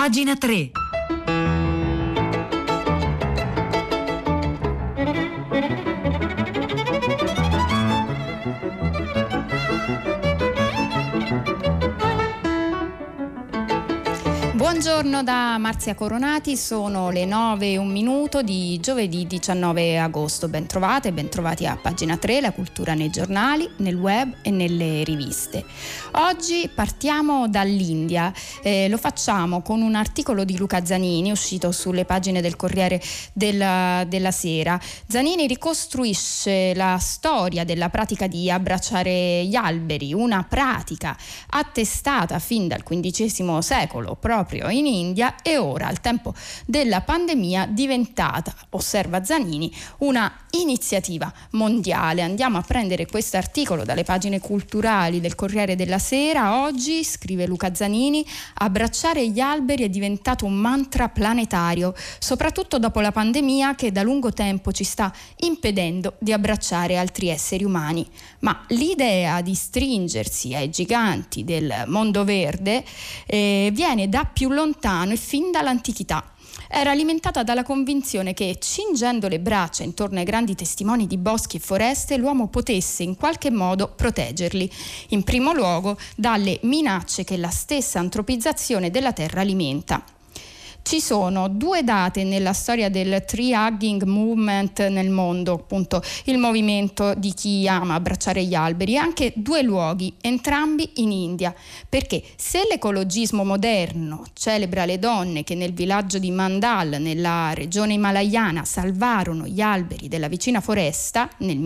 Pagina 3. Buongiorno da Marzia Coronati, sono le 9:01 di giovedì 19 agosto. Bentrovate, bentrovati a Pagina 3, la cultura nei giornali, nel web e nelle riviste. Oggi partiamo dall'India, lo facciamo con un articolo di Luca Zanini uscito sulle pagine del Corriere della Sera. Zanini ricostruisce la storia della pratica di abbracciare gli alberi, una pratica attestata fin dal XV secolo proprio in India e ora, al tempo della pandemia, diventata, osserva Zanini, una iniziativa mondiale. Andiamo a prendere questo articolo dalle pagine culturali del Corriere della Sera. Oggi, scrive Luca Zanini, abbracciare gli alberi è diventato un mantra planetario, soprattutto dopo la pandemia che da lungo tempo ci sta impedendo di abbracciare altri esseri umani. Ma l'idea di stringersi ai giganti del mondo verde viene da più lontano e fin dall'antichità. Era alimentata dalla convinzione che, cingendo le braccia intorno ai grandi testimoni di boschi e foreste, l'uomo potesse in qualche modo proteggerli, in primo luogo dalle minacce che la stessa antropizzazione della terra alimenta. Ci sono due date nella storia del Tree Hugging Movement nel mondo, appunto il movimento di chi ama abbracciare gli alberi, e anche due luoghi, entrambi in India, perché se l'ecologismo moderno celebra le donne che nel villaggio di Mandal, nella regione himalayana, salvarono gli alberi della vicina foresta nel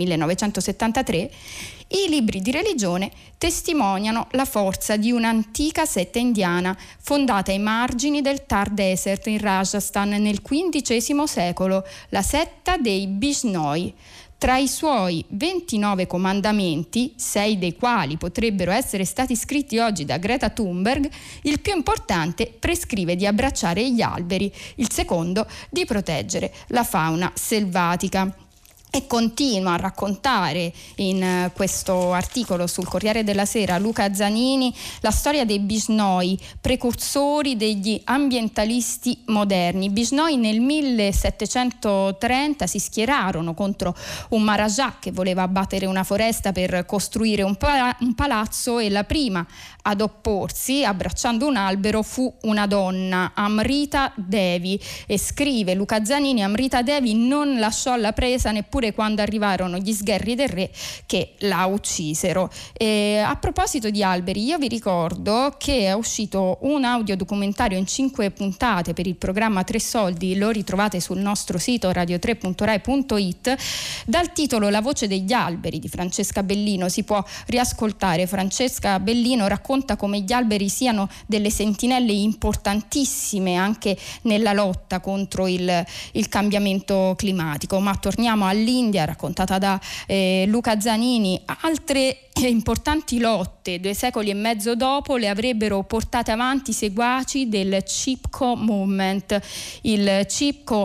1973, i libri di religione testimoniano la forza di un'antica setta indiana fondata ai margini del Thar Desert in Rajasthan nel XV secolo, la setta dei Bishnoi. Tra i suoi 29 comandamenti, 6 dei quali potrebbero essere stati scritti oggi da Greta Thunberg, il più importante prescrive di abbracciare gli alberi, il secondo di proteggere la fauna selvatica. E continua a raccontare in questo articolo sul Corriere della Sera Luca Zanini la storia dei Bishnoi, precursori degli ambientalisti moderni. I Bishnoi nel 1730 si schierarono contro un Maharaja che voleva abbattere una foresta per costruire un palazzo, e la prima ad opporsi, abbracciando un albero, fu una donna, Amrita Devi. E scrive Luca Zanini, Amrita Devi non lasciò la presa neppure quando arrivarono gli sgherri del re che la uccisero. A proposito di alberi, io vi ricordo che è uscito un audiodocumentario in 5 puntate per il programma Tre Soldi, lo ritrovate sul nostro sito radio3.rai.it, dal titolo La voce degli alberi di Francesca Bellino. Si può riascoltare. Francesca Bellino racconta come gli alberi siano delle sentinelle importantissime anche nella lotta contro il cambiamento climatico. Ma torniamo all'India, raccontata da Luca Zanini. Altre importanti lotte 2 secoli e mezzo dopo le avrebbero portate avanti i seguaci del Chipko Movement. Il Chipko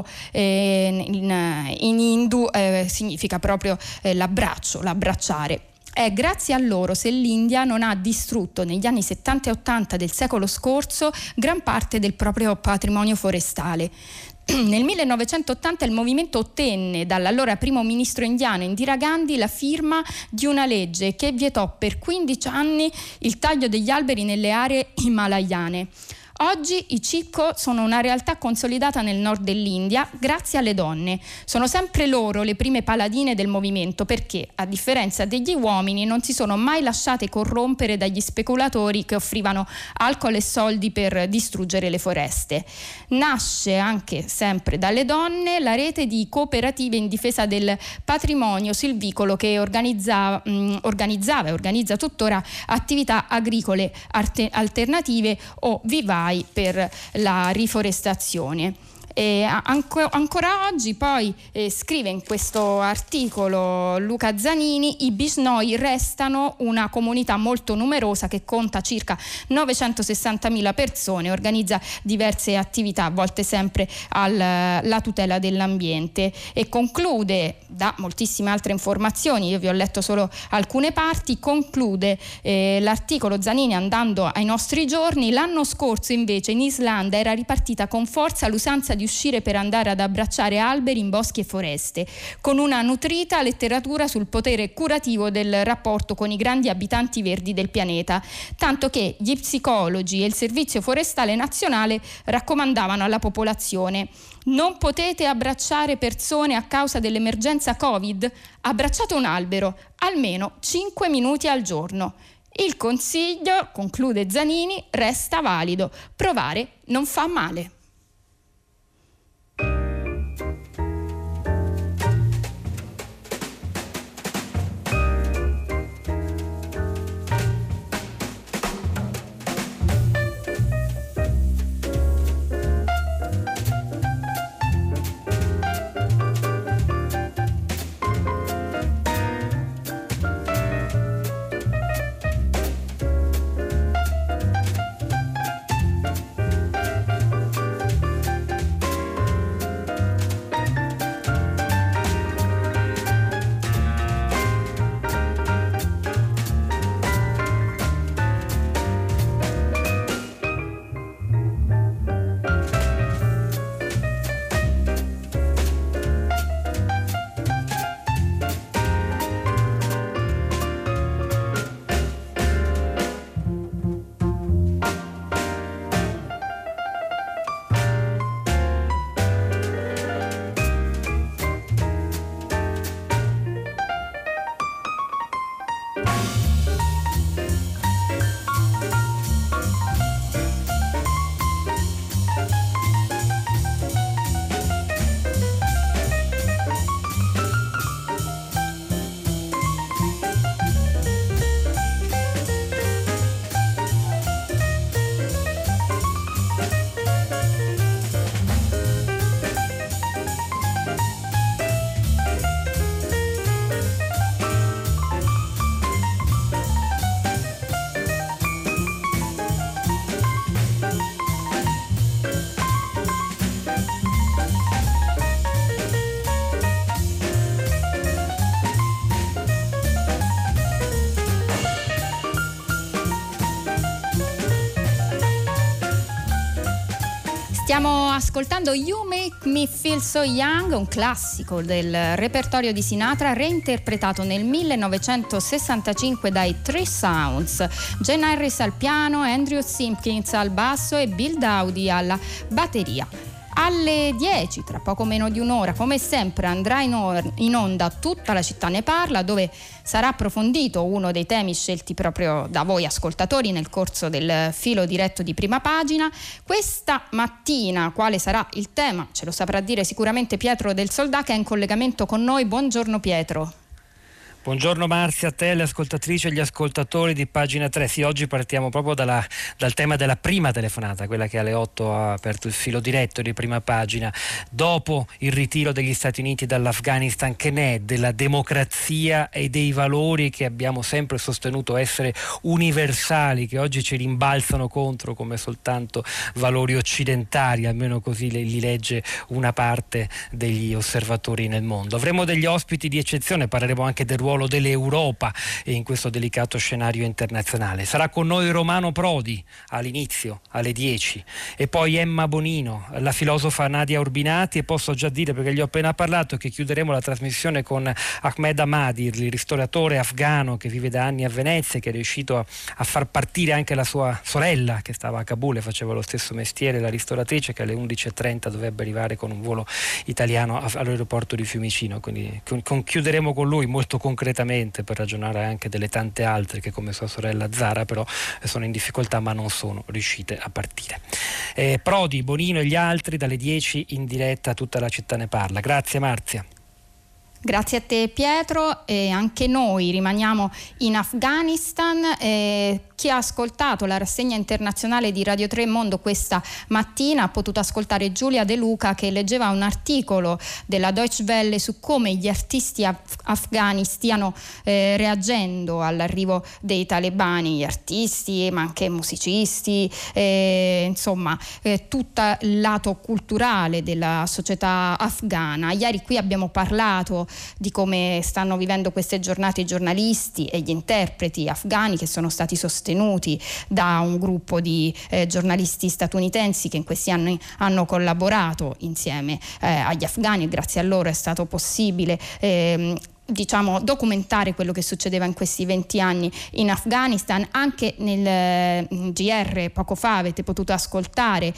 in Hindu significa proprio l'abbracciare. È grazie a loro se l'India non ha distrutto negli anni 70 e 80 del secolo scorso gran parte del proprio patrimonio forestale. Nel 1980 il movimento ottenne dall'allora primo ministro indiano Indira Gandhi la firma di una legge che vietò per 15 anni il taglio degli alberi nelle aree himalayane. Oggi i Chipko sono una realtà consolidata nel nord dell'India grazie alle donne. Sono sempre loro le prime paladine del movimento perché, a differenza degli uomini, non si sono mai lasciate corrompere dagli speculatori che offrivano alcol e soldi per distruggere le foreste. Nasce anche sempre dalle donne la rete di cooperative in difesa del patrimonio silvicolo che organizzava e organizza tuttora attività agricole alternative o vivai per la riforestazione. Ancora oggi poi scrive in questo articolo Luca Zanini: i bisnoi restano una comunità molto numerosa che conta circa 960.000 persone, organizza diverse attività volte sempre alla tutela dell'ambiente, e conclude, da moltissime altre informazioni, io vi ho letto solo alcune parti, conclude l'articolo Zanini andando ai nostri giorni: l'anno scorso invece in Islanda era ripartita con forza l'usanza di uscire per andare ad abbracciare alberi in boschi e foreste, con una nutrita letteratura sul potere curativo del rapporto con i grandi abitanti verdi del pianeta, tanto che gli psicologi e il Servizio Forestale Nazionale raccomandavano alla popolazione: non potete abbracciare persone a causa dell'emergenza Covid? Abbracciate un albero, almeno 5 minuti al giorno. Il consiglio, conclude Zanini, resta valido. Provare non fa male. Stiamo ascoltando You Make Me Feel So Young, un classico del repertorio di Sinatra, reinterpretato nel 1965 dai Three Sounds. Gene Harris al piano, Andrew Simpkins al basso e Bill Dowdy alla batteria. Alle 10, tra poco meno di un'ora, come sempre andrà in onda Tutta la città ne parla, dove sarà approfondito uno dei temi scelti proprio da voi ascoltatori nel corso del filo diretto di Prima Pagina. Questa mattina quale sarà il tema ce lo saprà dire sicuramente Pietro del Soldà, che è in collegamento con noi. Buongiorno Pietro. Buongiorno Marzia, a te, le ascoltatrici e gli ascoltatori di Pagina 3. Sì, oggi partiamo proprio dal tema della prima telefonata, quella che alle 8 ha aperto il filo diretto di Prima Pagina. Dopo il ritiro degli Stati Uniti dall'Afghanistan, che ne è della democrazia e dei valori che abbiamo sempre sostenuto essere universali, che oggi ci rimbalzano contro come soltanto valori occidentali, almeno così li legge una parte degli osservatori nel mondo. Avremo degli ospiti di eccezione, parleremo anche del ruolo dell'Europa in questo delicato scenario internazionale. Sarà con noi Romano Prodi all'inizio, alle 10, e poi Emma Bonino, la filosofa Nadia Urbinati, e posso già dire, perché gli ho appena parlato, che chiuderemo la trasmissione con Ahmed Ahmadi, il ristoratore afghano che vive da anni a Venezia, che è riuscito a far partire anche la sua sorella, che stava a Kabul e faceva lo stesso mestiere, la ristoratrice, che alle 11.30 dovrebbe arrivare con un volo italiano all'aeroporto di Fiumicino. Quindi chiuderemo con lui molto concretamente, per ragionare anche delle tante altre che, come sua sorella Zara, però sono in difficoltà ma non sono riuscite a partire. Prodi, Bonino e gli altri dalle 10 in diretta Tutta la città ne parla. Grazie Marzia. Grazie a te Pietro, e anche noi rimaniamo in Afghanistan. Chi ha ascoltato la rassegna internazionale di Radio 3 Mondo questa mattina ha potuto ascoltare Giulia De Luca che leggeva un articolo della Deutsche Welle su come gli artisti afghani stiano reagendo all'arrivo dei talebani, gli artisti ma anche musicisti, insomma tutto il lato culturale della società afghana. Ieri qui abbiamo parlato di come stanno vivendo queste giornate i giornalisti e gli interpreti afghani che sono stati sostenuti da un gruppo di giornalisti statunitensi che in questi anni hanno collaborato insieme agli afghani, e grazie a loro è stato possibile documentare quello che succedeva in questi 20 anni in Afghanistan. Anche nel GR poco fa avete potuto ascoltare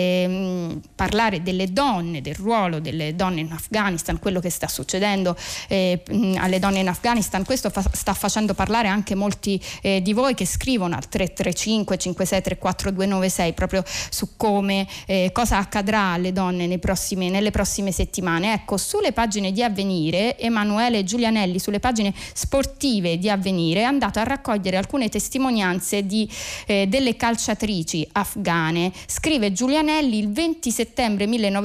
parlare delle donne, del ruolo delle donne in Afghanistan, quello che sta succedendo alle donne in Afghanistan. Questo sta facendo parlare anche molti di voi che scrivono al 335 5634 296 proprio su come cosa accadrà alle donne nelle prossime settimane. Ecco, sulle pagine di Avvenire Emanuele Giulianelli, sulle pagine sportive di Avvenire, è andato a raccogliere alcune testimonianze delle calciatrici afghane. Scrive Giulianelli: il 20 settembre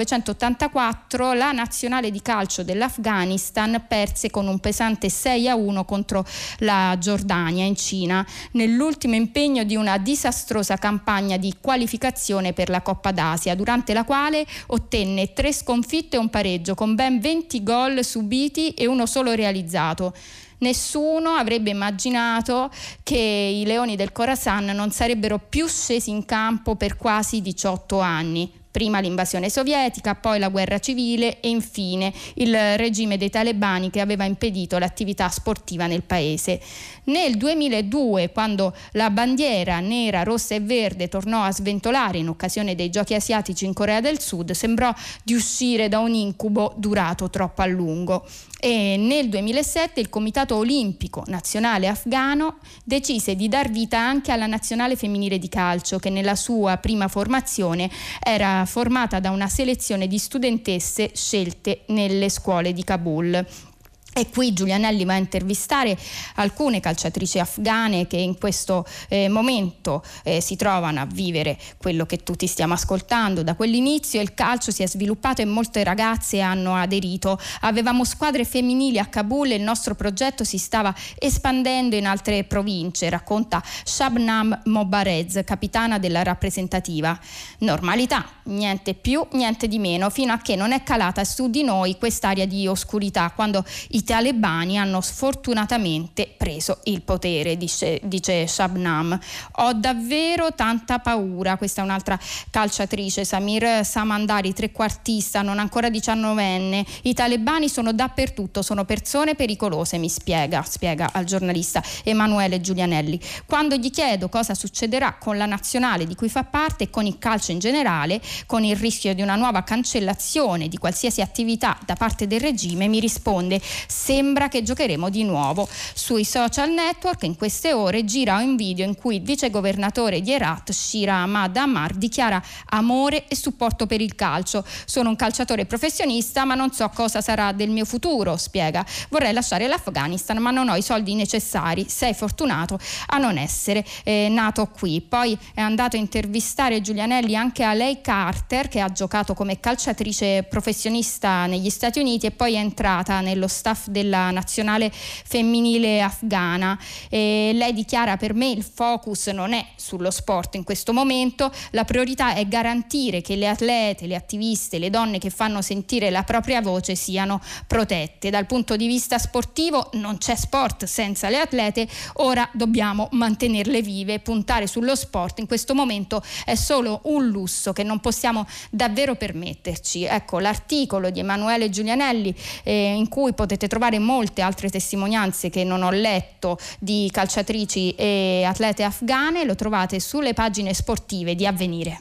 1984 la nazionale di calcio dell'Afghanistan perse con un pesante 6-1 contro la Giordania in Cina, nell'ultimo impegno di una disastrosa campagna di qualificazione per la Coppa d'Asia, durante la quale ottenne 3 sconfitte e un pareggio, con ben 20 gol subiti e uno solo realizzato. Nessuno avrebbe immaginato che i Leoni del Khorasan non sarebbero più scesi in campo per quasi 18 anni. Prima l'invasione sovietica, poi la guerra civile e infine il regime dei talebani che aveva impedito l'attività sportiva nel paese. Nel 2002, quando la bandiera nera, rossa e verde tornò a sventolare in occasione dei Giochi asiatici in Corea del Sud, sembrò di uscire da un incubo durato troppo a lungo. E nel 2007 il Comitato Olimpico Nazionale Afghano decise di dar vita anche alla nazionale femminile di calcio, che nella sua prima formazione era formata da una selezione di studentesse scelte nelle scuole di Kabul. E qui Giulianelli va a intervistare alcune calciatrici afghane che in questo momento si trovano a vivere quello che tutti stiamo ascoltando. Da quell'inizio il calcio si è sviluppato e molte ragazze hanno aderito. Avevamo squadre femminili a Kabul e il nostro progetto si stava espandendo in altre province, racconta Shabnam Mobarez, capitana della rappresentativa. Normalità, niente più, niente di meno, fino a che non è calata su di noi quest'aria di oscurità, quando i talebani hanno sfortunatamente preso il potere, dice Shabnam. Ho davvero tanta paura. Questa è un'altra calciatrice, Samir Samandari, trequartista, non ancora 19enne. I talebani sono dappertutto, sono persone pericolose, mi spiega al giornalista Emanuele Giulianelli. Quando gli chiedo cosa succederà con la nazionale di cui fa parte e con il calcio in generale, con il rischio di una nuova cancellazione di qualsiasi attività da parte del regime, mi risponde: sembra che giocheremo di nuovo. Sui social network in queste ore gira un video in cui il vicegovernatore di Herat, Shira Ahmad Ammar, dichiara amore e supporto per il calcio. Sono un calciatore professionista ma non so cosa sarà del mio futuro, spiega. Vorrei lasciare l'Afghanistan ma non ho i soldi necessari. Sei fortunato a non essere nato qui. Poi è andato a intervistare Giulianelli anche a Leigh Carter, che ha giocato come calciatrice professionista negli Stati Uniti e poi è entrata nello staff della nazionale femminile afghana. Lei dichiara: per me il focus non è sullo sport in questo momento, la priorità è garantire che le atlete, le attiviste, le donne che fanno sentire la propria voce siano protette. Dal punto di vista sportivo non c'è sport senza le atlete, ora dobbiamo mantenerle vive, puntare sullo sport in questo momento è solo un lusso che non possiamo davvero permetterci. Ecco l'articolo di Emanuele Giulianelli in cui potete trovare molte altre testimonianze che non ho letto di calciatrici e atlete afghane, lo trovate sulle pagine sportive di Avvenire.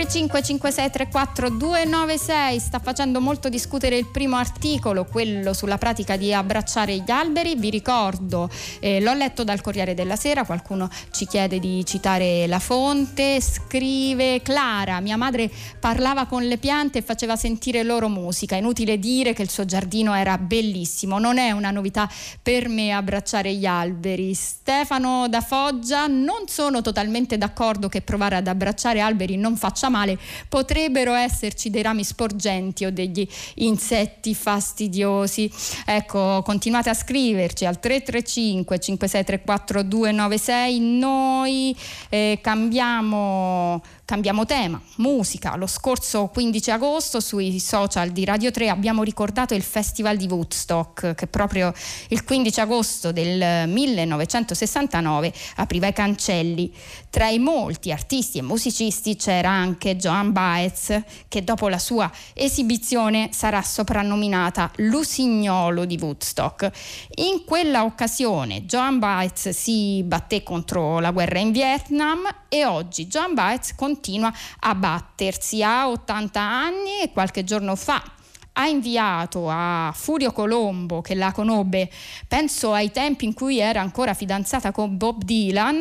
335 5634 296 sta facendo molto discutere il primo articolo, quello sulla pratica di abbracciare gli alberi. Vi ricordo, l'ho letto dal Corriere della Sera, qualcuno ci chiede di citare la fonte. Scrive Clara: mia madre parlava con le piante e faceva sentire loro musica, inutile dire che il suo giardino era bellissimo, non è una novità per me abbracciare gli alberi. Stefano da Foggia: non sono totalmente d'accordo che provare ad abbracciare alberi non faccia male, potrebbero esserci dei rami sporgenti o degli insetti fastidiosi. Ecco, continuate a scriverci al 335 5634 296. Noi cambiamo tema, musica. Lo scorso 15 agosto sui social di Radio 3 abbiamo ricordato il Festival di Woodstock, che proprio il 15 agosto del 1969 apriva i cancelli. Tra i molti artisti e musicisti c'era anche Joan Baez, che dopo la sua esibizione sarà soprannominata l'usignolo di Woodstock. In quella occasione Joan Baez si batté contro la guerra in Vietnam e oggi Joan Baez continua a battersi. Ha 80 anni e qualche giorno fa ha inviato a Furio Colombo, che la conobbe penso ai tempi in cui era ancora fidanzata con Bob Dylan,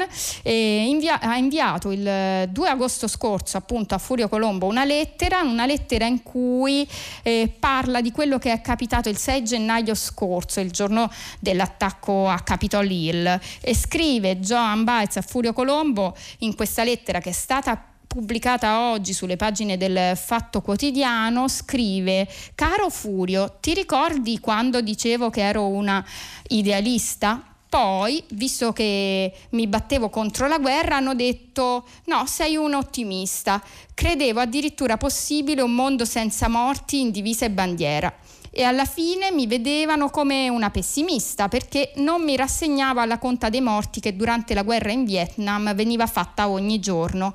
ha inviato il 2 agosto scorso appunto a Furio Colombo una lettera in cui parla di quello che è capitato il 6 gennaio scorso, il giorno dell'attacco a Capitol Hill, e scrive Joan Baez a Furio Colombo in questa lettera, che è stata pubblicata oggi sulle pagine del Fatto Quotidiano. Scrive: caro Furio, ti ricordi quando dicevo che ero una idealista? Poi, visto che mi battevo contro la guerra, hanno detto no, sei un ottimista. Credevo addirittura possibile un mondo senza morti in divisa e bandiera. E alla fine mi vedevano come una pessimista, perché non mi rassegnavo alla conta dei morti che durante la guerra in Vietnam veniva fatta ogni giorno.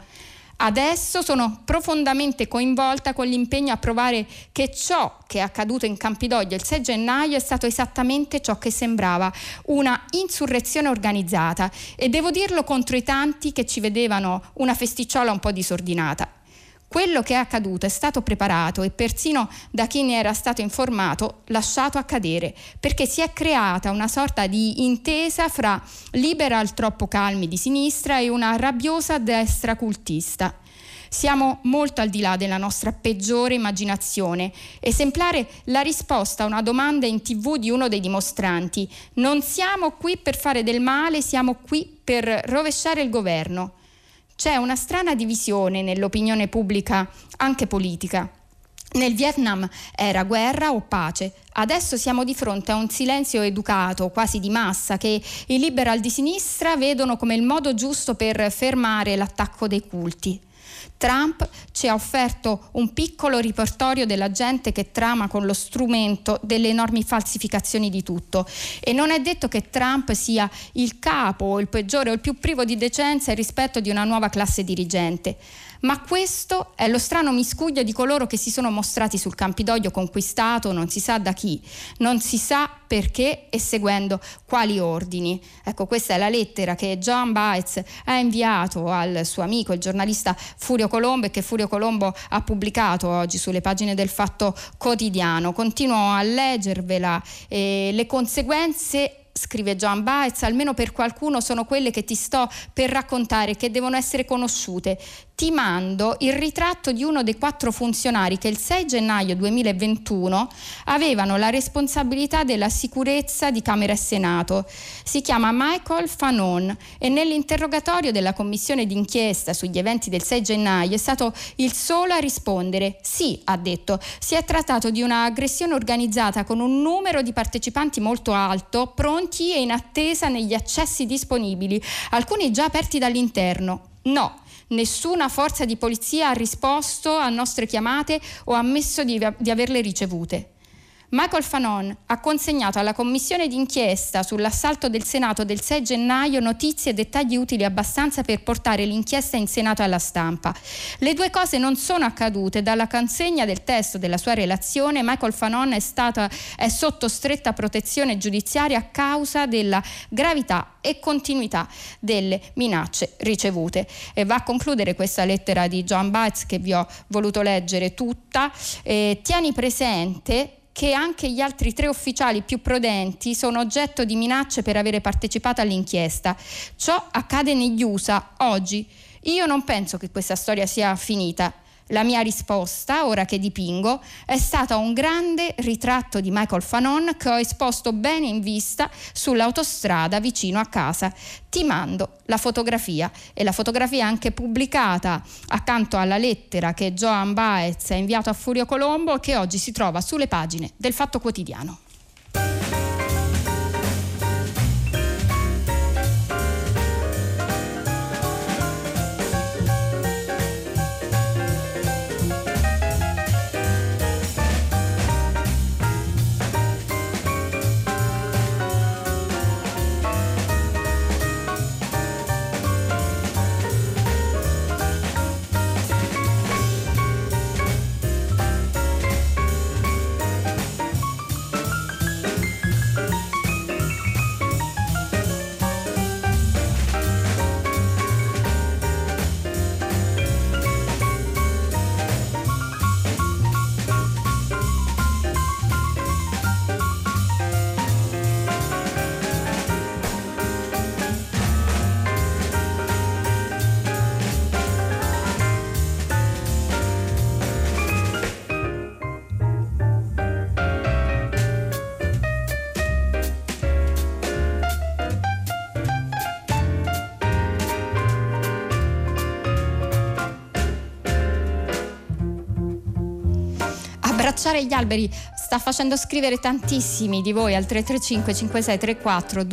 Adesso sono profondamente coinvolta con l'impegno a provare che ciò che è accaduto in Campidoglio il 6 gennaio è stato esattamente ciò che sembrava, una insurrezione organizzata, e devo dirlo contro i tanti che ci vedevano una festicciola un po' disordinata. Quello che è accaduto è stato preparato e persino da chi ne era stato informato lasciato accadere, perché si è creata una sorta di intesa fra liberal troppo calmi di sinistra e una rabbiosa destra cultista. Siamo molto al di là della nostra peggiore immaginazione. Esemplare la risposta a una domanda in TV di uno dei dimostranti: non siamo qui per fare del male, siamo qui per rovesciare il governo. C'è una strana divisione nell'opinione pubblica, anche politica. Nel Vietnam era guerra o pace. Adesso siamo di fronte a un silenzio educato, quasi di massa, che i liberal di sinistra vedono come il modo giusto per fermare l'attacco dei culti. Trump ci ha offerto un piccolo repertorio della gente che trama con lo strumento delle enormi falsificazioni di tutto, e non è detto che Trump sia il capo o il peggiore o il più privo di decenza e rispetto di una nuova classe dirigente. Ma questo è lo strano miscuglio di coloro che si sono mostrati sul Campidoglio conquistato non si sa da chi, non si sa perché e seguendo quali ordini. Ecco, questa è la lettera che Joan Baez ha inviato al suo amico, il giornalista Furio Colombo, e che Furio Colombo ha pubblicato oggi sulle pagine del Fatto Quotidiano. Continuo a leggervela. Le conseguenze, scrive Joan Baez, almeno per qualcuno sono quelle che ti sto per raccontare, che devono essere conosciute. Ti mando il ritratto di uno dei 4 funzionari che il 6 gennaio 2021 avevano la responsabilità della sicurezza di Camera e Senato. Si chiama Michael Fanon e nell'interrogatorio della commissione d'inchiesta sugli eventi del 6 gennaio è stato il solo a rispondere. Sì, ha detto, si è trattato di un'aggressione organizzata con un numero di partecipanti molto alto, pronti e in attesa negli accessi disponibili, alcuni già aperti dall'interno. No. Nessuna forza di polizia ha risposto a nostre chiamate o ammesso di averle ricevute. Michael Fanon ha consegnato alla commissione d'inchiesta sull'assalto del Senato del 6 gennaio notizie e dettagli utili abbastanza per portare l'inchiesta in Senato alla stampa. Le due cose non sono accadute. Dalla consegna del testo della sua relazione, Michael Fanon è sotto stretta protezione giudiziaria a causa della gravità e continuità delle minacce ricevute. E va a concludere questa lettera di Joan Baez, che vi ho voluto leggere tutta. Tieni presente che anche gli altri 3 ufficiali più prudenti sono oggetto di minacce per avere partecipato all'inchiesta. Ciò accade negli USA oggi. Io non penso che questa storia sia finita. La mia risposta, ora che dipingo, è stata un grande ritratto di Michael Fanon che ho esposto bene in vista sull'autostrada vicino a casa. Ti mando la fotografia, e la fotografia è anche pubblicata accanto alla lettera che Joan Baez ha inviato a Furio Colombo e che oggi si trova sulle pagine del Fatto Quotidiano. Abbracciare gli alberi sta facendo scrivere tantissimi di voi al 335 5634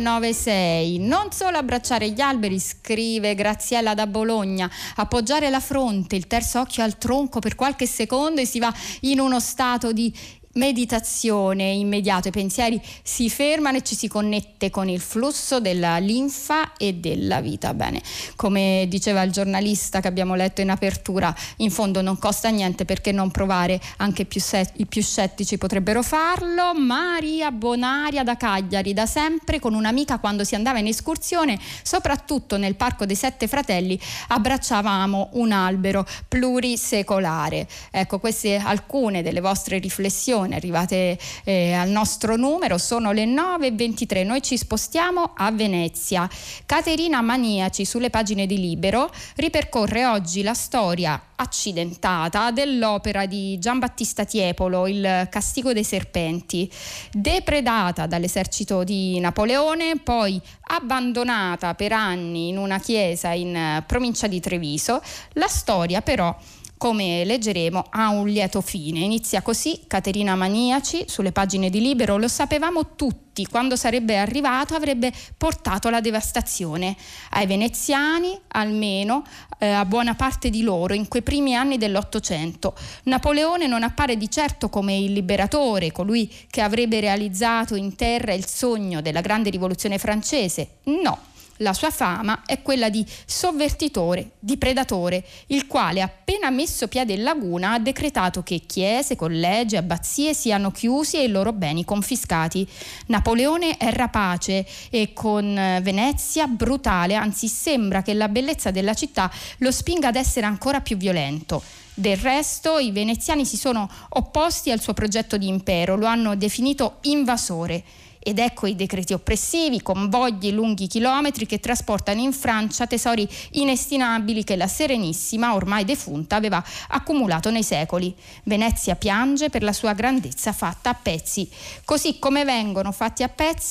296. Non solo abbracciare gli alberi, scrive Graziella da Bologna, appoggiare la fronte, il terzo occhio al tronco per qualche secondo e si va in uno stato di meditazione immediato. I pensieri si fermano e ci si connette con il flusso della linfa e della vita. Bene, come diceva il giornalista che abbiamo letto in apertura, in fondo non costa niente, perché non provare? Anche i più scettici potrebbero farlo. Maria Bonaria da Cagliari: da sempre con un'amica, quando si andava in escursione, soprattutto nel Parco dei Sette Fratelli, abbracciavamo un albero plurisecolare. Ecco, queste alcune delle vostre riflessioni arrivate al nostro numero. Sono le 9:23, noi ci spostiamo a Venezia. Caterina Maniaci, sulle pagine di Libero, ripercorre oggi la storia accidentata dell'opera di Giambattista Tiepolo, Il castigo dei serpenti. Depredata dall'esercito di Napoleone, poi abbandonata per anni in una chiesa in provincia di Treviso, la storia però, come leggeremo, ha un lieto fine. Inizia così Caterina Maniaci sulle pagine di Libero: lo sapevamo tutti, quando sarebbe arrivato avrebbe portato la devastazione. Ai veneziani, almeno a buona parte di loro, in quei primi anni dell'Ottocento. Napoleone non appare di certo come il liberatore, colui che avrebbe realizzato in terra il sogno della grande rivoluzione francese. No. La sua fama è quella di sovvertitore, di predatore, il quale, appena messo piede in laguna, ha decretato che chiese, collegi, abbazie siano chiusi e i loro beni confiscati. Napoleone è rapace e con Venezia brutale, anzi sembra che la bellezza della città lo spinga ad essere ancora più violento. Del resto, i veneziani si sono opposti al suo progetto di impero, lo hanno definito invasore. Ed ecco i decreti oppressivi, convogli lunghi chilometri che trasportano in Francia tesori inestimabili che la Serenissima, ormai defunta, aveva accumulato nei secoli. Venezia piange per la sua grandezza fatta a pezzi. Così come vengono fatti a pezzi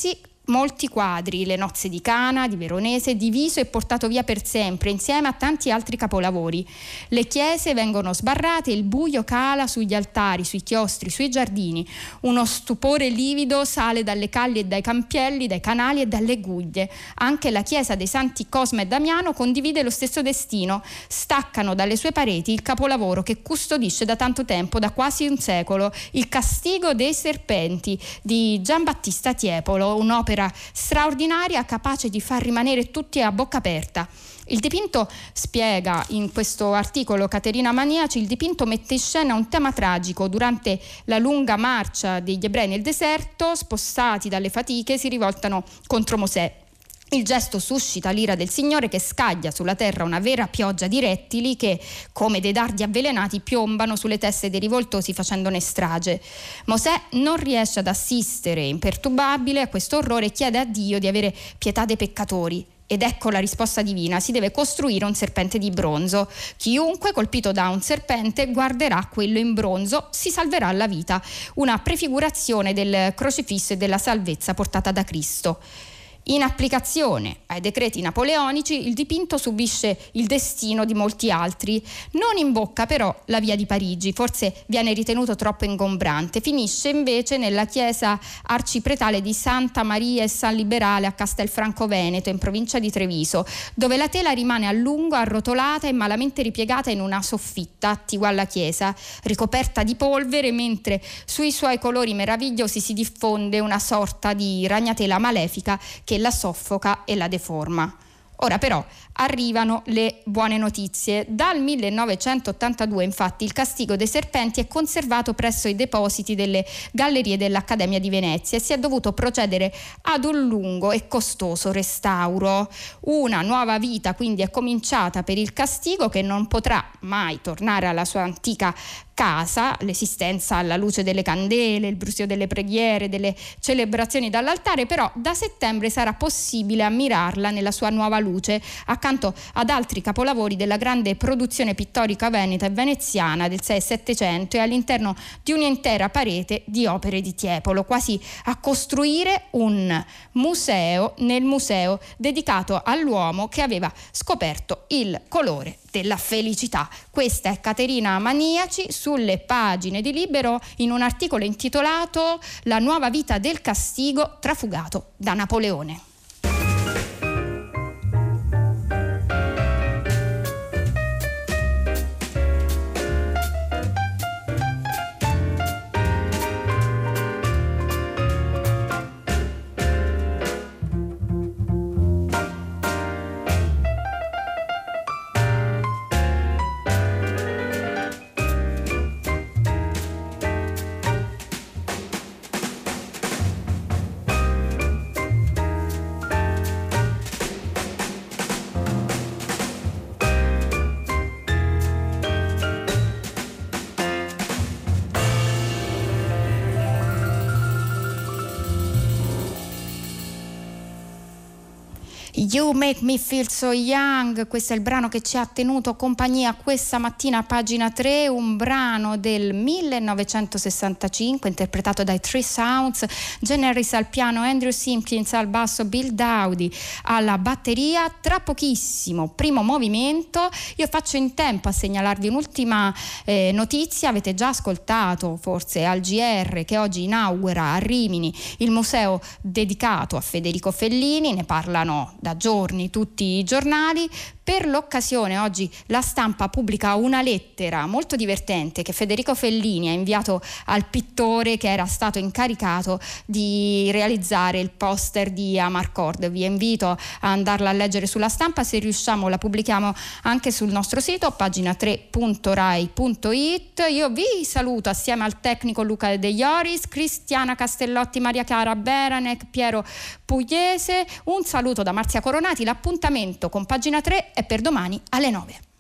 molti quadri, Le nozze di Cana di Veronese, diviso e portato via per sempre insieme a tanti altri capolavori. Le chiese vengono sbarrate, il buio cala sugli altari, sui chiostri, sui giardini. Uno stupore livido sale dalle calli e dai campielli, dai canali e dalle guglie. Anche la chiesa dei santi Cosma e Damiano condivide lo stesso destino. Staccano dalle sue pareti il capolavoro che custodisce da tanto tempo, da quasi un secolo, Il castigo dei serpenti di Giambattista Tiepolo, un'opera straordinaria capace di far rimanere tutti a bocca aperta. Il dipinto, spiega in questo articolo Caterina Maniaci, il dipinto mette in scena un tema tragico. Durante la lunga marcia degli ebrei nel deserto, spostati dalle fatiche, si rivoltano contro Mosè. Il gesto suscita l'ira del Signore, che scaglia sulla terra una vera pioggia di rettili che, come dei dardi avvelenati, piombano sulle teste dei rivoltosi facendone strage. Mosè non riesce ad assistere imperturbabile a questo orrore e chiede a Dio di avere pietà dei peccatori. Ed ecco la risposta divina: si deve costruire un serpente di bronzo. Chiunque colpito da un serpente guarderà quello in bronzo, si salverà la vita. Una prefigurazione del crocifisso e della salvezza portata da Cristo. In applicazione ai decreti napoleonici, il dipinto subisce il destino di molti altri. Non imbocca però la via di Parigi, forse viene ritenuto troppo ingombrante. Finisce invece nella chiesa arcipretale di Santa Maria e San Liberale a Castelfranco Veneto, in provincia di Treviso, dove la tela rimane a lungo arrotolata e malamente ripiegata in una soffitta attigua alla chiesa, ricoperta di polvere, mentre sui suoi colori meravigliosi si diffonde una sorta di ragnatela malefica che la soffoca e la deforma. Ora però arrivano le buone notizie. Dal 1982 infatti il castigo dei serpenti è conservato presso i depositi delle gallerie dell'Accademia di Venezia e si è dovuto procedere ad un lungo e costoso restauro. Una nuova vita quindi è cominciata per il castigo, che non potrà mai tornare alla sua antica casa, l'esistenza alla luce delle candele, il brusio delle preghiere, delle celebrazioni dall'altare, però da settembre sarà possibile ammirarla nella sua nuova luce, accanto ad altri capolavori della grande produzione pittorica veneta e veneziana del 6 e 700 e all'interno di un'intera parete di opere di Tiepolo, quasi a costruire un museo nel museo dedicato all'uomo che aveva scoperto il colore della felicità. Questa è Caterina Maniaci sulle pagine di Libero in un articolo intitolato La nuova vita del castigo trafugato da Napoleone. You Make Me Feel So Young, questo è il brano che ci ha tenuto compagnia questa mattina a pagina 3, un brano del 1965 interpretato dai Three Sounds, Jen Harris al piano, Andrew Simpkins al basso, Bill Dowdy alla batteria. Tra pochissimo, primo movimento. Io faccio in tempo a segnalarvi un'ultima notizia. Avete già ascoltato forse al GR che oggi inaugura a Rimini il museo dedicato a Federico Fellini, ne parlano da giorni tutti i giornali. Per l'occasione oggi La Stampa pubblica una lettera molto divertente che Federico Fellini ha inviato al pittore che era stato incaricato di realizzare il poster di Amarcord. Vi invito a andarla a leggere sulla Stampa, se riusciamo la pubblichiamo anche sul nostro sito pagina3.rai.it. Io vi saluto assieme al tecnico Luca De Ioris, Cristiana Castellotti, Maria Chiara Beranec, Piero Pugliese. Un saluto da Marzia Coronati. L'appuntamento con Pagina 3 è per domani alle 9.